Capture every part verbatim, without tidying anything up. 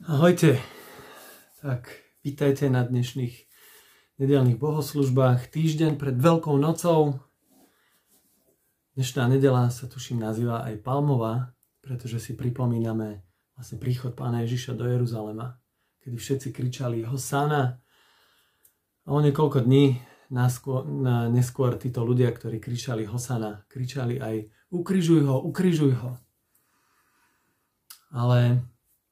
Ahojte, tak vítajte na dnešných nedeľných bohoslužbách. Týždeň pred Veľkou nocou. Dnešná nedeľa sa tuším nazýva aj Palmová, pretože si pripomíname vlastne príchod Pána Ježiša do Jeruzalema, kedy všetci kričali Hosanna. A o niekoľko dní neskôr, neskôr títo ľudia, ktorí kričali Hosanna, kričali aj ukrižuj ho, ukrižuj ho. Ale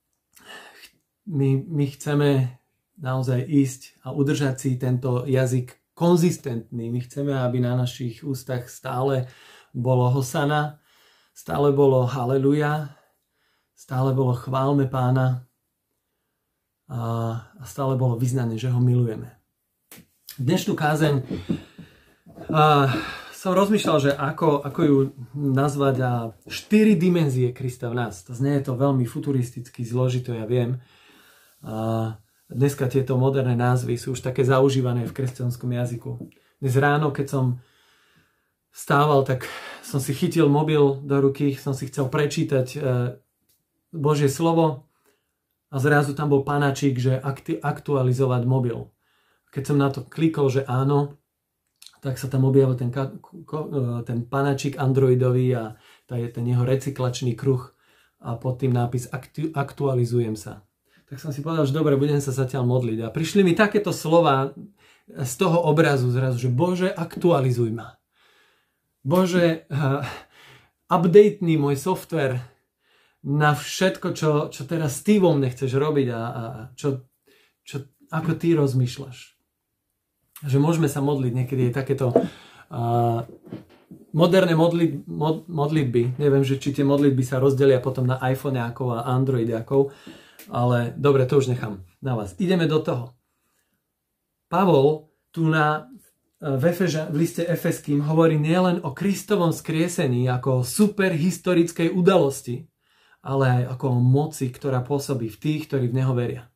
My, my chceme naozaj ísť a udržať si tento jazyk konzistentný. My chceme, aby na našich ústach stále bolo Hosanna, stále bolo Haleluja, stále bolo chválme Pána a, a stále bolo vyznanie, že ho milujeme. Dnešnú kázeň a, som rozmýšľal, že ako, ako ju nazvať a štyri dimenzie Krista v nás. To znie je to veľmi futuristicky zložito, ja viem. A dneska tieto moderné názvy sú už také zaužívané v kresťanskom jazyku. Dnes ráno, keď som vstával, tak som si chytil mobil do ruky, som si chcel prečítať Božie slovo a zrazu tam bol panačík, že aktualizovať mobil. Keď som na to klikol, že áno, tak sa tam objavil ten, ten panačík androidový a ten jeho recyklačný kruh a pod tým nápis aktualizujem sa. Tak som si povedal, že dobre, budem sa zatiaľ modliť. A prišli mi takéto slova z toho obrazu zrazu, že Bože, aktualizuj ma. Bože, uh, updatený môj software na všetko, čo, čo teraz ty vo mne chceš robiť a, a čo, čo, ako ty rozmýšľaš. Že môžeme sa modliť, niekedy je takéto uh, moderné modlit, mod, modlitby. Neviem, že či tie modlitby sa rozdelia potom na iPhoneákov a Androidiákov. Ale dobre, to už nechám na vás. Ideme do toho. Pavol tu na, v, Efeža, v liste Efeským hovorí nielen o Kristovom skriesení ako o super historickej udalosti, ale aj ako o moci, ktorá pôsobí v tých, ktorí v Neho veria.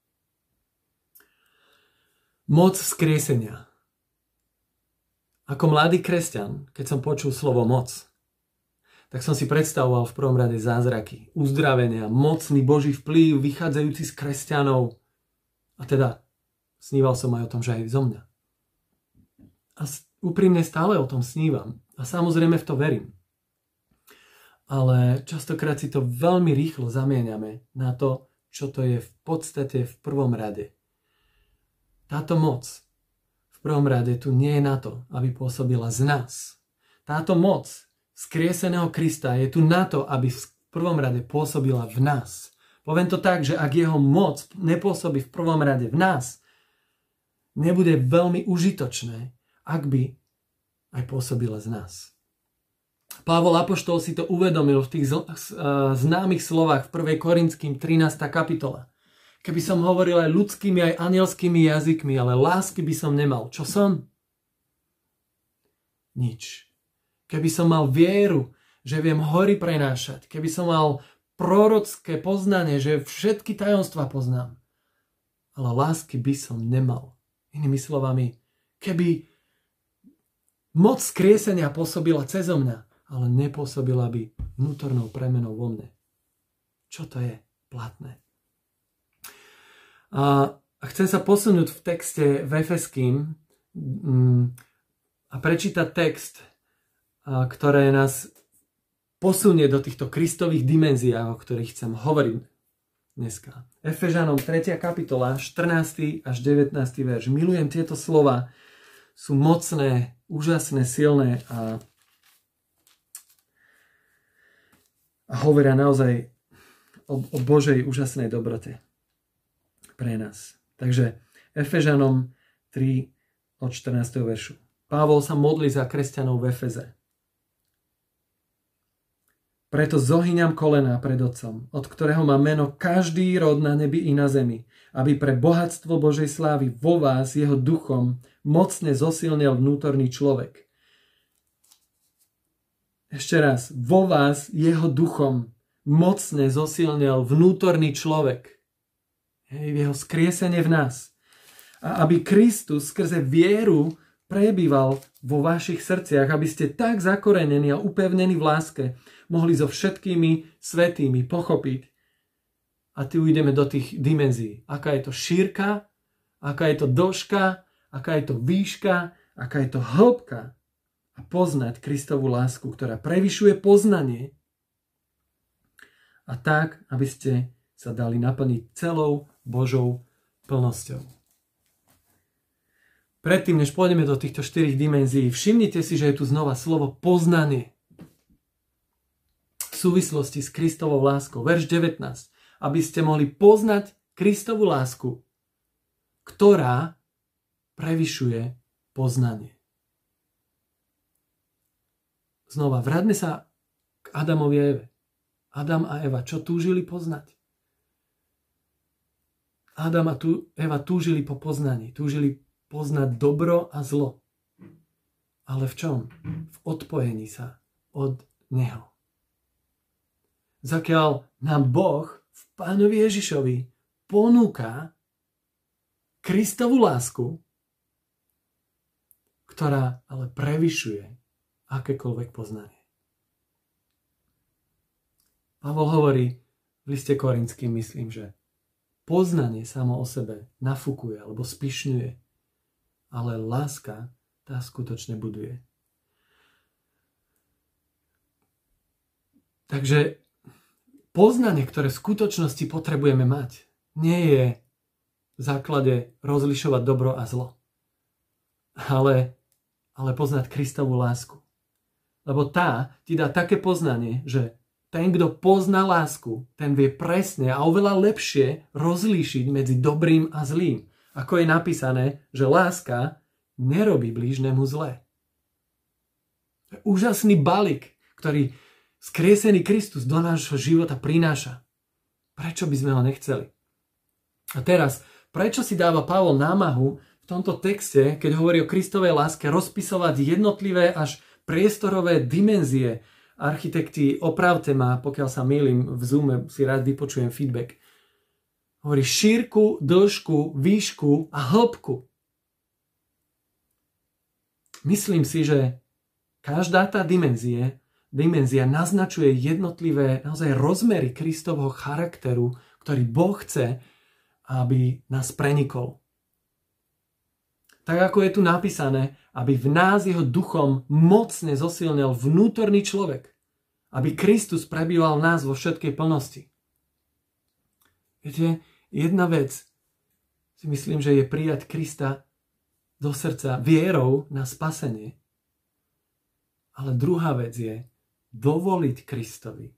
Moc skriesenia. Ako mladý kresťan, keď som počul slovo moc, tak som si predstavoval v prvom rade zázraky, uzdravenia, mocný Boží vplyv vychádzajúci z kresťanov. A teda sníval som aj o tom, že aj zo mňa. A úprimne stále o tom snívam. A samozrejme v to verím. Ale častokrát si to veľmi rýchlo zamieňame na to, čo to je v podstate v prvom rade. Táto moc v prvom rade tu nie je na to, aby pôsobila z nás. Táto moc skrieseného Krista je tu na to, aby v prvom rade pôsobila v nás. Poviem to tak, že ak jeho moc nepôsobí v prvom rade v nás, nebude veľmi užitočné, ak by aj pôsobila z nás. Pavol apoštol si to uvedomil v tých známych slovách v prvej Korinským trinástej kapitola. Keby som hovoril aj ľudskými, aj anielskými jazykmi, ale lásky by som nemal. Čo som? Nič. Keby som mal vieru, že viem hory prenášať, keby som mal prorocké poznanie, že všetky tajomstvá poznám, ale lásky by som nemal. Inými slovami, keby moc skriesenia pôsobila cezo mňa, ale nepôsobila by vnútornou premenou vo mne. Čo to je platné? A chcem sa posunúť v texte v Efeským a prečítať text, ktoré nás posunie do týchto Kristových dimenzií, o ktorých chcem hovoriť dneska. Efežanom tretia kapitola, štrnásty až devätnásty verš. Milujem tieto slova, sú mocné, úžasné, silné a, a hovoria naozaj o, o Božej úžasnej dobrote pre nás. Takže Efežanom tri od štrnásteho veršu. Pavol sa modlí za kresťanov v Efeze. Preto zohyňam kolená pred Otcom, od ktorého má meno každý rod na nebi i na zemi, aby pre bohatstvo Božej slávy vo vás jeho duchom mocne zosilnil vnútorný človek. Ešte raz, vo vás jeho duchom mocne zosilnil vnútorný človek. Hej, jeho skriesenie v nás. A aby Kristus skrze vieru prebýval vo vašich srdciach, aby ste tak zakorenení a upevnení v láske mohli so všetkými svätými pochopiť, a tu ideme do tých dimenzií. Aká je to šírka, aká je to dĺžka, aká je to výška, aká je to hĺbka. A poznať Kristovú lásku, ktorá prevyšuje poznanie. A tak, aby ste sa dali naplniť celou Božou plnosťou. Predtým, než pôjdeme do týchto štyroch dimenzií, všimnite si, že je tu znova slovo poznanie. V súvislosti s Kristovou láskou. Verš devätnásť. Aby ste mohli poznať Kristovú lásku, ktorá prevyšuje poznanie. Znova, vráťme sa k Adamovi a Eve. Adam a Eva, čo túžili poznať? Adam a tu, Eva túžili po poznaní. Túžili poznať dobro a zlo. Ale v čom? V odpojení sa od Neho. Zakiaľ nám Boh v Pánovi Ježišovi ponúka Kristovú lásku, ktorá ale prevyšuje akékoľvek poznanie. Pavol hovorí v liste Korinským, myslím, že poznanie samo o sebe nafúkuje alebo spyšňuje, ale láska tá skutočne buduje. Takže poznanie, ktoré v skutočnosti potrebujeme mať, nie je v základe rozlišovať dobro a zlo, ale, ale poznať Kristovú lásku. Lebo tá ti dá také poznanie, že ten, kto pozná lásku, ten vie presne a oveľa lepšie rozlíšiť medzi dobrým a zlým. Ako je napísané, že láska nerobí blížnemu zlé. To je úžasný balík, ktorý skriesený Kristus do nášho života prináša. Prečo by sme ho nechceli? A teraz, prečo si dáva Pavol námahu v tomto texte, keď hovorí o Kristovej láske, rozpisovať jednotlivé až priestorové dimenzie? Architekti, opravte ma, pokiaľ sa mýlim, v Zoome si rád vypočujem feedback. Hovorí šírku, dĺžku, výšku a hĺbku. Myslím si, že každá tá dimenzie, dimenzia naznačuje jednotlivé naozaj rozmery Kristovho charakteru, ktorý Boh chce, aby nás prenikol. Tak ako je tu napísané, aby v nás jeho duchom mocne zosilnil vnútorný človek. Aby Kristus prebýval v nás vo všetkej plnosti. Viete, jedna vec si myslím, že je prijať Krista do srdca vierou na spasenie. Ale druhá vec je dovoliť Kristovi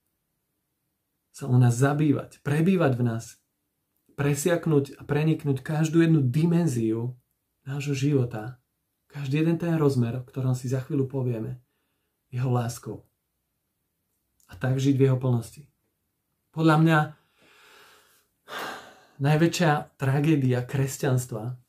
sa u nás zabývať, prebývať v nás, presiaknúť a preniknúť každú jednu dimenziu nášho života, každý jeden ten rozmer, o ktorom si za chvíľu povieme, jeho láskou. A tak žiť v jeho plnosti. Podľa mňa najväčšia tragédia kresťanstva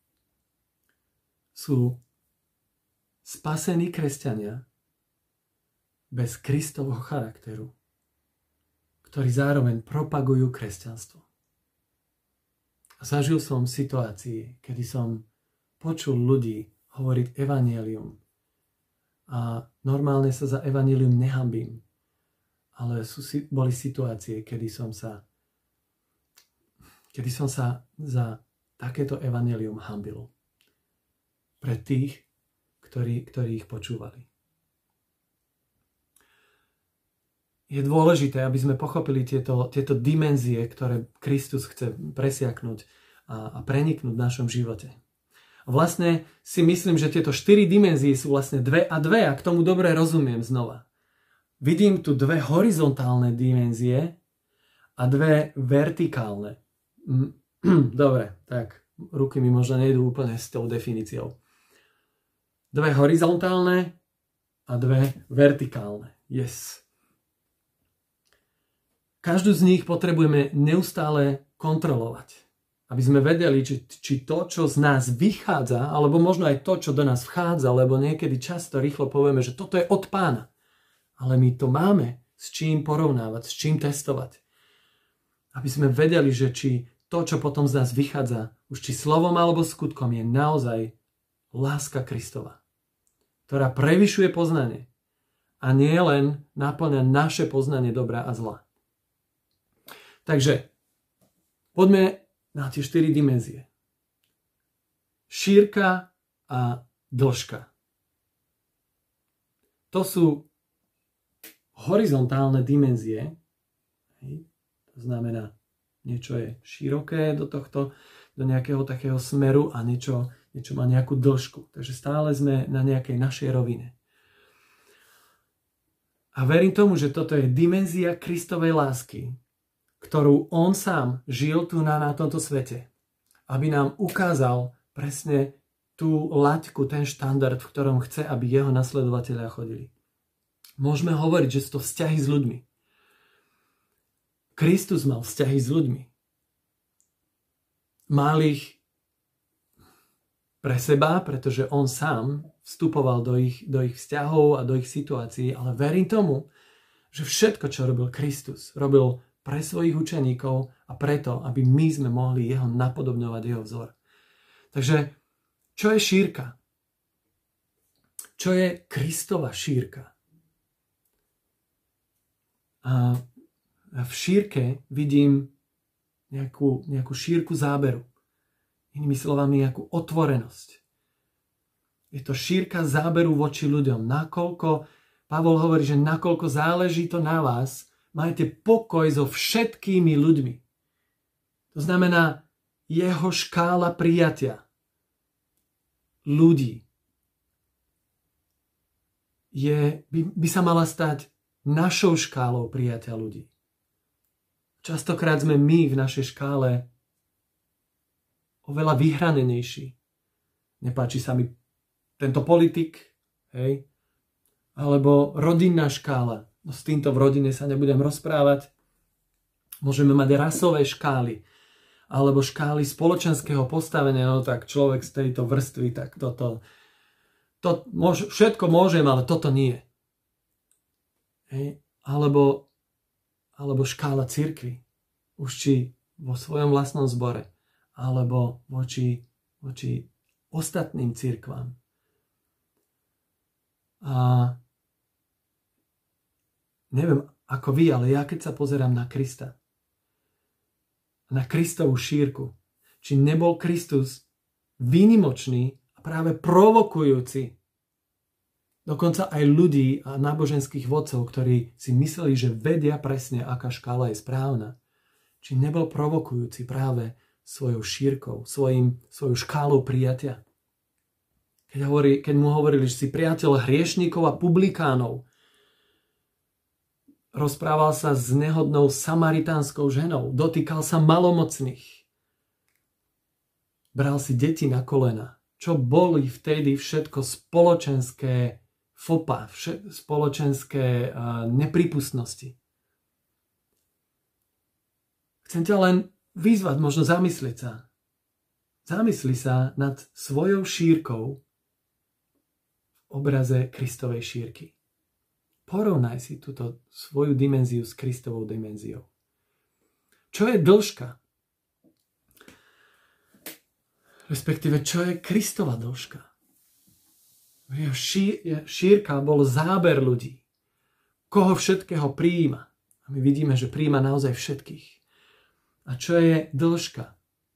sú spasení kresťania bez Kristovho charakteru, ktorí zároveň propagujú kresťanstvo. A zažil som situácii, kedy som počul ľudí hovoriť evanjelium. A normálne sa za evanjelium nehanbím. Ale sú, boli situácie, kedy som sa kedy som sa za takéto evanjelium hanbil. Pre tých, ktorí, ktorí ich počúvali. Je dôležité, aby sme pochopili tieto, tieto dimenzie, ktoré Kristus chce presiaknuť a, a preniknúť v našom živote. A vlastne si myslím, že tieto štyri dimenzie sú vlastne dve a dve a k tomu dobre rozumiem znova. Vidím tu dve horizontálne dimenzie a dve vertikálne. Dobre, tak ruky mi možno nejdú úplne s tou definíciou. Dve horizontálne a dve vertikálne. Yes. Každú z nich potrebujeme neustále kontrolovať. Aby sme vedeli, či, či to, čo z nás vychádza, alebo možno aj to, čo do nás vchádza, lebo niekedy často rýchlo povieme, že toto je od Pána. Ale my to máme s čím porovnávať, s čím testovať. Aby sme vedeli, že či to, čo potom z nás vychádza, už či slovom alebo skutkom, je naozaj láska Kristova, ktorá prevyšuje poznanie a nie len naplňa naše poznanie dobra a zla. Takže poďme na tie štyri dimenzie. Šírka a dĺžka. To sú horizontálne dimenzie. To znamená, niečo je široké do tohto, do nejakého takého smeru a niečo, niečo má nejakú dĺžku. Takže stále sme na nejakej našej rovine. A verím tomu, že toto je dimenzia Kristovej lásky, ktorú on sám žil tu na, na tomto svete. Aby nám ukázal presne tú laťku, ten štandard, v ktorom chce, aby jeho nasledovatelia chodili. Môžeme hovoriť, že sú to vzťahy s ľuďmi. Kristus mal vzťahy s ľuďmi. Mal ich pre seba, pretože on sám vstupoval do ich, do ich vzťahov a do ich situácií, ale verím tomu, že všetko, čo robil Kristus, robil pre svojich učeníkov a preto, aby my sme mohli jeho napodobňovať, jeho vzor. Takže, čo je šírka? Čo je Kristova šírka? A v šírke vidím nejakú, nejakú šírku záberu. Inými slovami, nejakú otvorenosť. Je to šírka záberu voči ľuďom. Nakoľko, Pavol hovorí, že nakoľko záleží to na vás, majte pokoj so všetkými ľuďmi. To znamená, jeho škála prijatia ľudí je, by, by sa mala stať našou škálou prijatia ľudí. Častokrát sme my v našej škále oveľa vyhranenejší. Nepáči sa mi tento politik, hej? Alebo rodinná škála. No s týmto v rodine sa nebudem rozprávať. Môžeme mať rasové škály. Alebo škály spoločenského postavenia. No tak človek z tejto vrstvy, tak toto... To, môž, všetko môžem, ale toto nie. Hej? Alebo, alebo škála cirkvi. Už či vo svojom vlastnom zbore. Alebo voči, voči ostatným cirkvám. A neviem ako vy, ale ja keď sa pozerám na Krista, na Kristovú šírku, či nebol Kristus výnimočný a práve provokujúci dokonca aj ľudí a náboženských vodcov, ktorí si mysleli, že vedia presne, aká škála je správna, či nebol provokujúci práve svojou šírkou, svojim, svojou škálou prijatia. Keď, hovorí, keď mu hovorili, že si priateľ hriešníkov a publikánov, rozprával sa s nehodnou samaritánskou ženou, dotýkal sa malomocných, bral si deti na kolena, čo boli vtedy všetko spoločenské fopa, vše, spoločenské uh, nepripustnosti. Chcem ťa len vyzvať, možno zamyslieť sa. Zamysli sa nad svojou šírkou v obraze Kristovej šírky. Porovnaj si túto svoju dimenziu s Kristovou dimenziou. Čo je dĺžka? Respektíve, čo je Kristova dĺžka? Jeho šírka bol záber ľudí. Koho všetkého prijíma. A my vidíme, že prijíma naozaj všetkých. A čo je dĺžka?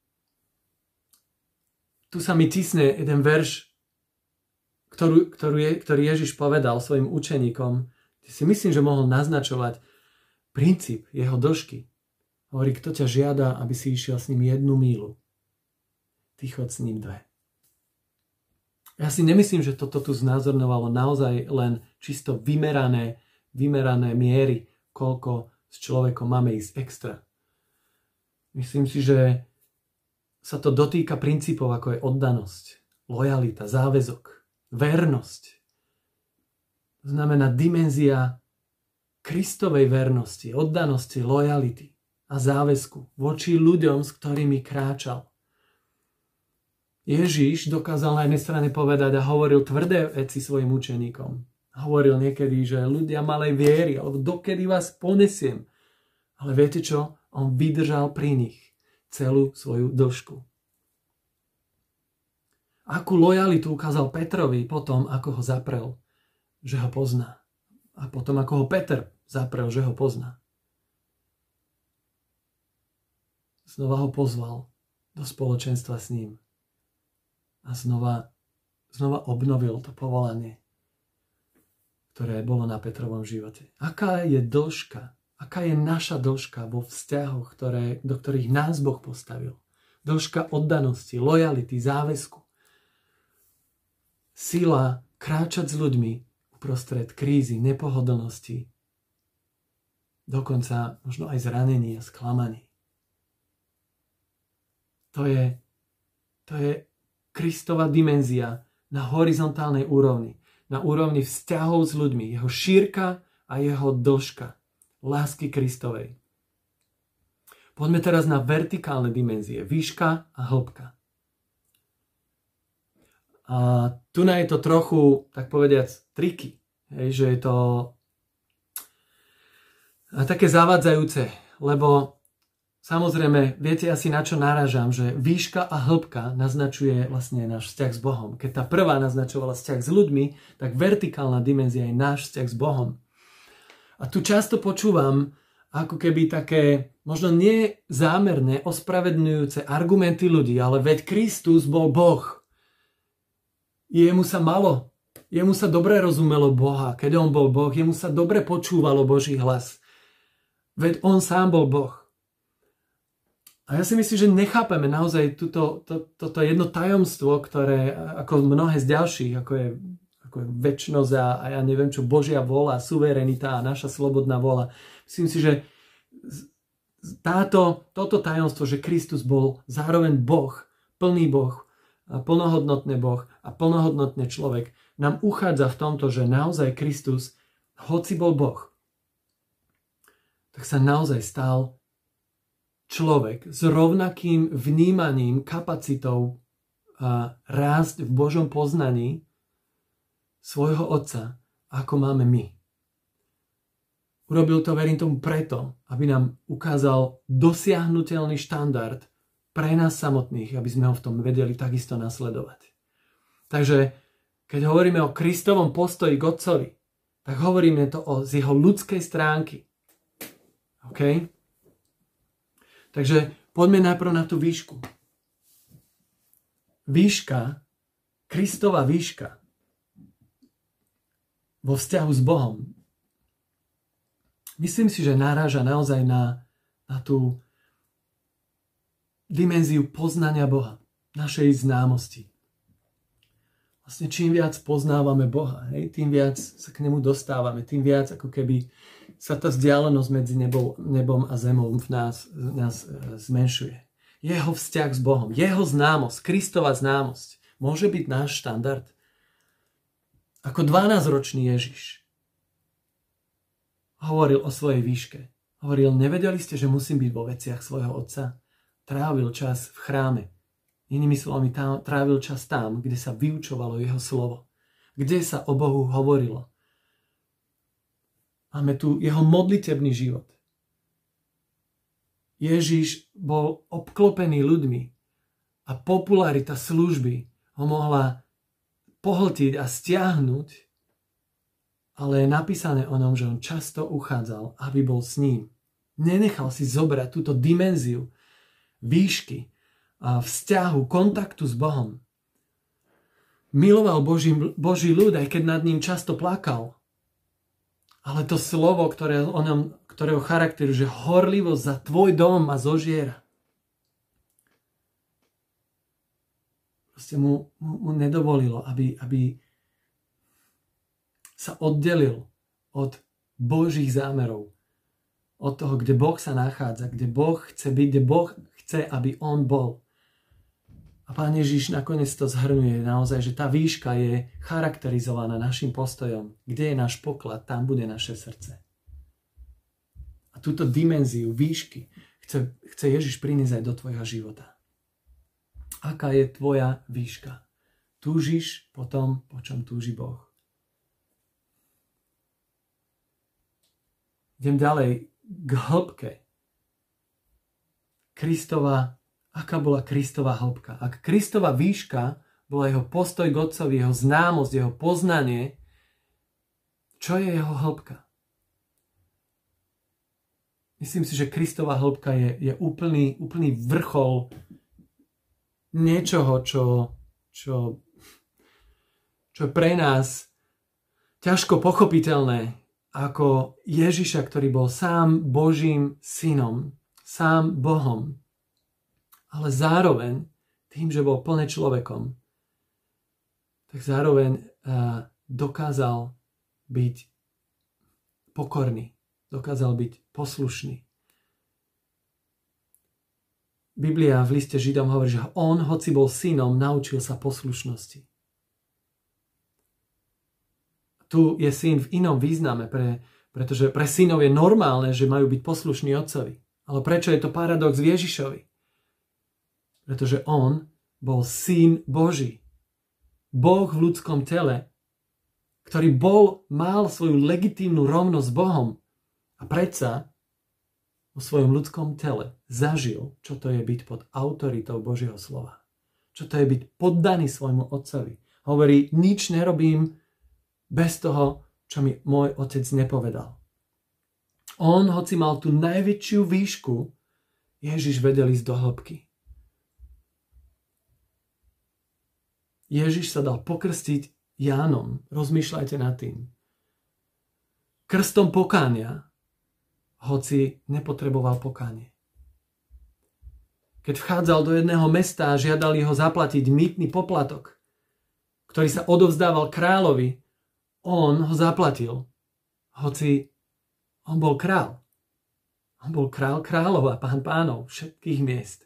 Tu sa mi cisne jeden verš, ktorú, ktorú je, ktorý Ježiš povedal svojim učeníkom. Si myslím, že mohol naznačovať princíp jeho dĺžky. Hovorí, kto ťa žiada, aby si išiel s ním jednu míľu. Ty chod s ním dve. Ja si nemyslím, že toto tu znázorňovalo naozaj len čisto vymerané, vymerané miery, koľko s človekom máme ísť extra. Myslím si, že sa to dotýka princípov, ako je oddanosť, lojalita, záväzok, vernosť. To znamená dimenzia Kristovej vernosti, oddanosti, lojality a záväzku voči ľuďom, s ktorými kráčal. Ježíš dokázal na jednej strane povedať a hovoril tvrdé veci svojim učeníkom. Hovoril niekedy, že ľudia malej viery, alebo dokedy vás ponesiem. Ale viete čo? On vydržal pri nich celú svoju dĺžku. Akú lojalitu ukázal Petrovi potom, ako ho zaprel, že ho pozná. A potom, ako ho Peter zaprel, že ho pozná. znova ho pozval do spoločenstva s ním. A znova, znova obnovil to povolanie, ktoré bolo na Petrovom živote. Aká je dĺžka, aká je naša dĺžka vo vzťahoch, ktoré, do ktorých nás Boh postavil. Dĺžka oddanosti, lojality, záväzku. Sila kráčať s ľuďmi uprostred krízy, nepohodlnosti, dokonca možno aj zranení a sklamaní. To je, to je Kristova dimenzia na horizontálnej úrovni, na úrovni vzťahov s ľuďmi, jeho šírka a jeho dĺžka lásky Kristovej. Poďme teraz na vertikálne dimenzie, výška a hĺbka. A tu na je to trochu, tak povediac, triky, hej, že je to také zavádzajúce, lebo samozrejme, viete asi na čo narážam, že výška a hĺbka naznačuje vlastne náš vzťah s Bohom. Keď tá prvá naznačovala vzťah s ľuďmi, tak vertikálna dimenzia je náš vzťah s Bohom. A tu často počúvam ako keby také, možno nie zámerné, ospravedlňujúce argumenty ľudí, ale veď Kristus bol Boh. Jemu sa malo, jemu sa dobre rozumelo Boha, keď on bol Boh, jemu sa dobre počúvalo Boží hlas. Veď on sám bol Boh. A ja si myslím, že nechápeme naozaj túto, to, toto jedno tajomstvo, ktoré, ako mnohé z ďalších, ako je, ako je večnosť a, a ja neviem čo, Božia vôľa, suverenita a naša slobodná vôľa. Myslím si, že táto, toto tajomstvo, že Kristus bol zároveň Boh, plný Boh, plnohodnotný Boh a plnohodnotný človek, nám uchádza v tomto, že naozaj Kristus, hoci bol Boh, tak sa naozaj stal človek s rovnakým vnímaním, kapacitou a rásť v Božom poznaní svojho Otca, ako máme my. Urobil to, verím tomu, preto, aby nám ukázal dosiahnuteľný štandard pre nás samotných, aby sme ho v tom vedeli takisto nasledovať. Takže, keď hovoríme o Kristovom postoji k Otcovi, tak hovoríme to o, z jeho ľudskej stránky. OK? Takže poďme najprv na tú výšku. Výška, Kristova výška vo vzťahu s Bohom, myslím si, že naráža naozaj na, na tú dimenziu poznania Boha, našej známosti. Vlastne čím viac poznávame Boha, hej, tým viac sa k nemu dostávame, tým viac ako keby sa tá vzdialenosť medzi nebom, nebom a zemou v nás, nás zmenšuje. Jeho vzťah s Bohom, jeho známosť, Kristova známosť môže byť náš štandard. Ako dvanásťročný Ježiš hovoril o svojej výške. Hovoril, nevedeli ste, že musím byť vo veciach svojho Otca? Trávil čas v chráme. Inými slovami, trávil čas tam, kde sa vyučovalo jeho slovo. Kde sa o Bohu hovorilo. Máme tu jeho modlitebný život. Ježiš bol obklopený ľuďmi a popularita služby ho mohla pohltiť a stiahnuť, ale je napísané o ňom, že on často uchádzal, aby bol s ním. Nenechal si zobrať túto dimenziu výšky a vzťahu, kontaktu s Bohom. Miloval Boží, Boží ľud, aj keď nad ním často plakal. Ale to slovo, ktoré o ňom, ktorého charakteru, že horlivosť za tvoj dom ma zožiera. Proste mu, mu, mu nedovolilo, aby, aby sa oddelil od Božích zámerov. Od toho, kde Boh sa nachádza, kde Boh chce byť, kde Boh chce, aby on bol. A Pán Ježiš nakoniec to zhrňuje naozaj, že tá výška je charakterizovaná našim postojom. Kde je náš poklad, tam bude naše srdce. A túto dimenziu výšky chce, chce Ježiš priniesť aj do tvojho života. Aká je tvoja výška? Túžiš po tom, po čom túži Boh. Idem ďalej k hĺbke. Kristova, aká bola Kristova hĺbka? Ak Kristova výška bola jeho postoj k Otcovi, jeho známosť, jeho poznanie, čo je jeho hĺbka? Myslím si, že Kristova hĺbka je, je úplný, úplný vrchol niečoho, čo, čo, čo je pre nás ťažko pochopiteľné, ako Ježiša, ktorý bol sám Božím synom, sám Bohom, ale zároveň tým, že bol plne človekom, tak zároveň uh, dokázal byť pokorný, dokázal byť poslušný. Biblia v liste Židom hovorí, že on, hoci bol synom, naučil sa poslušnosti. Tu je syn v inom význame, pre, pretože pre synov je normálne, že majú byť poslušní otcovi. Ale prečo je to paradox v Ježišovi? Pretože on bol syn Boží. Boh v ľudskom tele, ktorý bol, mal svoju legitímnu rovnosť s Bohom a predsa vo svojom ľudskom tele zažil, čo to je byť pod autoritou Božieho slova. Čo to je byť poddaný svojmu otcovi. Hovorí, nič nerobím bez toho, čo mi môj otec nepovedal. On, hoci mal tú najväčšiu výšku, Ježiš vedel ísť do hĺbky. Ježiš sa dal pokrstiť Jánom. Rozmýšľajte nad tým. Krstom pokánia, hoci nepotreboval pokánie. Keď vchádzal do jedného mesta a žiadali ho zaplatiť mýtny poplatok, ktorý sa odovzdával kráľovi, on ho zaplatil, hoci on bol král. On bol král kráľov a pán pánov všetkých miest.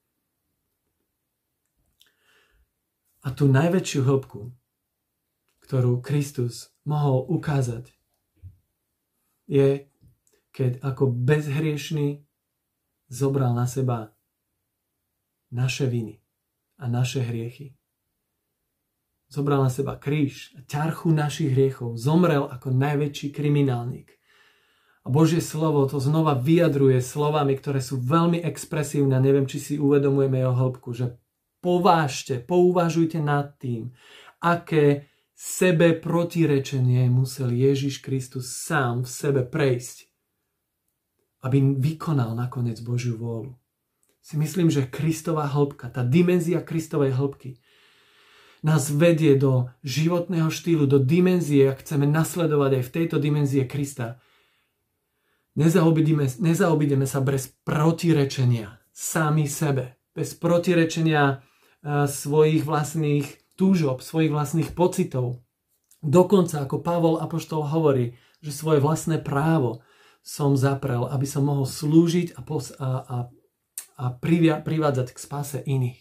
A tú najväčšiu hĺbku, ktorú Kristus mohol ukázať, je, keď ako bezhriešný zobral na seba naše viny a naše hriechy. Zobral na seba kríž a ťarchu našich hriechov. Zomrel ako najväčší kriminálnik. A Božie slovo to znova vyjadruje slovami, ktoré sú veľmi expresívne. Neviem, či si uvedomujeme jeho hĺbku, že povážte, pouvažujte nad tým, aké sebe protirečenie musel Ježiš Kristus sám v sebe prejsť, aby vykonal nakoniec Božiu vôľu. Si myslím, že Kristova hĺbka, tá dimenzia Kristovej hĺbky nás vedie do životného štýlu, do dimenzie, ak chceme nasledovať aj v tejto dimenzie Krista. Nezaobídeme, nezaobídeme sa bez protirečenia sami sebe, bez protirečenia uh, svojich vlastných túžob, svojich vlastných pocitov. Dokonca, ako Pavol apoštol hovorí, že svoje vlastné právo som zaprel, aby som mohol slúžiť a, pos- a, a, a privia- privádzať k spáse iných.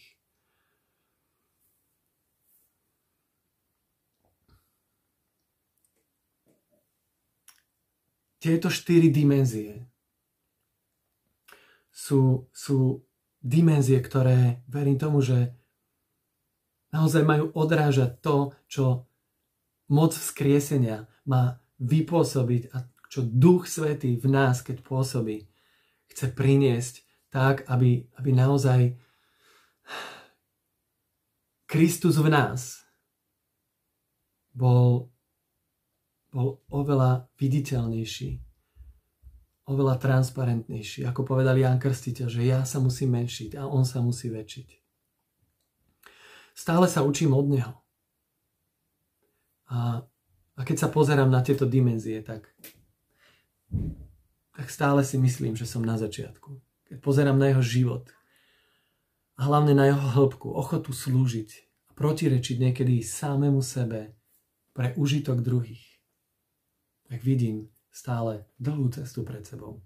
Tieto štyri dimenzie sú, sú dimenzie, ktoré, verím tomu, že naozaj majú odrážať to, čo moc vzkriesenia má vypôsobiť a čo Duch Svätý v nás, keď pôsobí, chce priniesť tak, aby, aby naozaj Kristus v nás bol bol oveľa viditeľnejší, oveľa transparentnejší. Ako povedal Ján Krstiteľ, že ja sa musím menšiť a on sa musí väčšiť. Stále sa učím od neho. A, a keď sa pozerám na tieto dimenzie, tak, tak stále si myslím, že som na začiatku. Keď pozerám na jeho život a hlavne na jeho hĺbku, ochotu slúžiť a protirečiť niekedy samému sebe pre užitok druhých, tak vidím stále dlhú cestu pred sebou.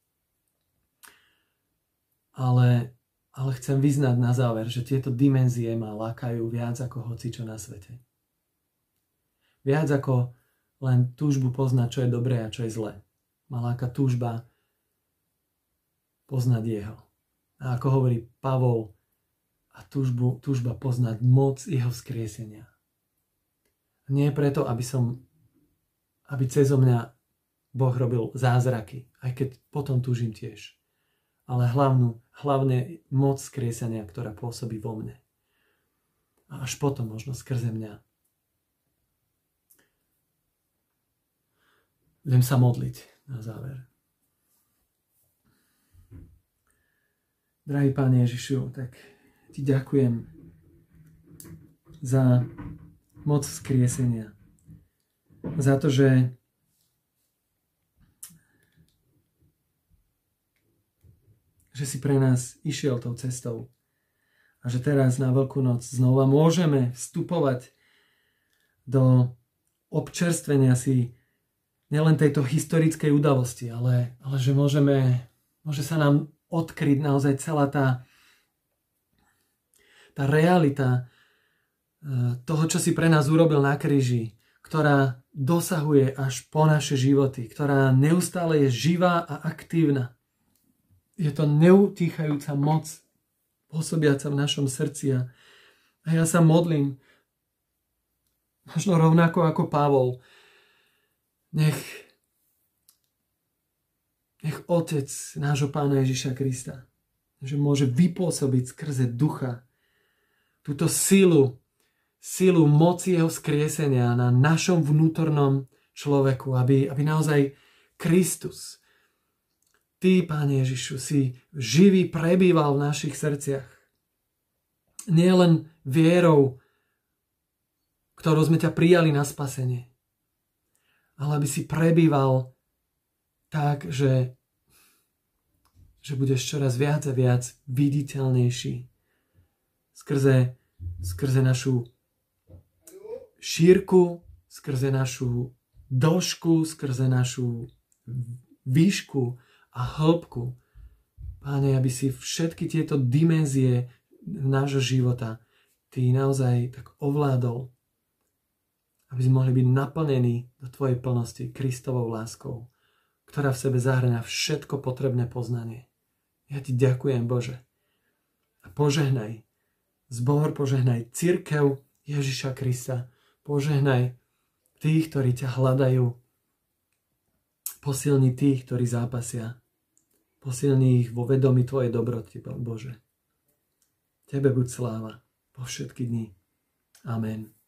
Ale, ale chcem vyznať na záver, že tieto dimenzie ma lákajú viac ako hocičo na svete. Viac ako len túžbu poznať, čo je dobré a čo je zlé. Ma láka túžba poznať jeho. A ako hovorí Pavol, a túžbu, túžba poznať moc jeho vzkriesenia. Nie preto, aby som aby cezo mňa Boh robil zázraky, aj keď potom túžim tiež. Ale hlavnú, hlavne moc skriesenia, ktorá pôsobí vo mne. A až potom možno skrze mňa. Viem sa modliť na záver. Drahý Pán Ježišu, tak ti ďakujem za moc vzkriesenia. Za to, že že si pre nás išiel tou cestou. A že teraz na Veľkú noc znova môžeme vstupovať do občerstvenia si nielen tejto historickej udalosti, ale, ale že môžeme, môže sa nám odkryť naozaj celá tá, tá realita toho, čo si pre nás urobil na kríži, ktorá dosahuje až po naše životy, ktorá neustále je živá a aktívna. Je to neutíchajúca moc, pôsobiaca v našom srdci. A ja sa modlím, možno rovnako ako Pavol, nech, nech Otec nášho Pána Ježiša Krista, že môže vypôsobiť skrze ducha túto silu, silu moci jeho vzkriesenia na našom vnútornom človeku, aby, aby naozaj Kristus, Ty, Páne Ježišu, si živý prebýval v našich srdciach. Nie len vierou, ktorou sme ťa prijali na spasenie, ale aby si prebýval tak, že, že budeš čoraz viac a viac viditeľnejší skrze, skrze našu šírku, skrze našu dĺžku, skrze našu výšku a hĺbku. Páne, aby si všetky tieto dimenzie nášho života Ty naozaj tak ovládol, aby sme mohli byť naplnení do Tvojej plnosti Kristovou láskou, ktorá v sebe zahŕňa všetko potrebné poznanie. Ja Ti ďakujem, Bože. A požehnaj zbor, požehnaj cirkev Ježiša Krista, požehnaj tých, ktorí ťa hľadajú, posilni tých, ktorí zápasia. Posilni ich vo vedomí Tvojej dobroty, Bože. Tebe buď sláva po všetky dni. Amen.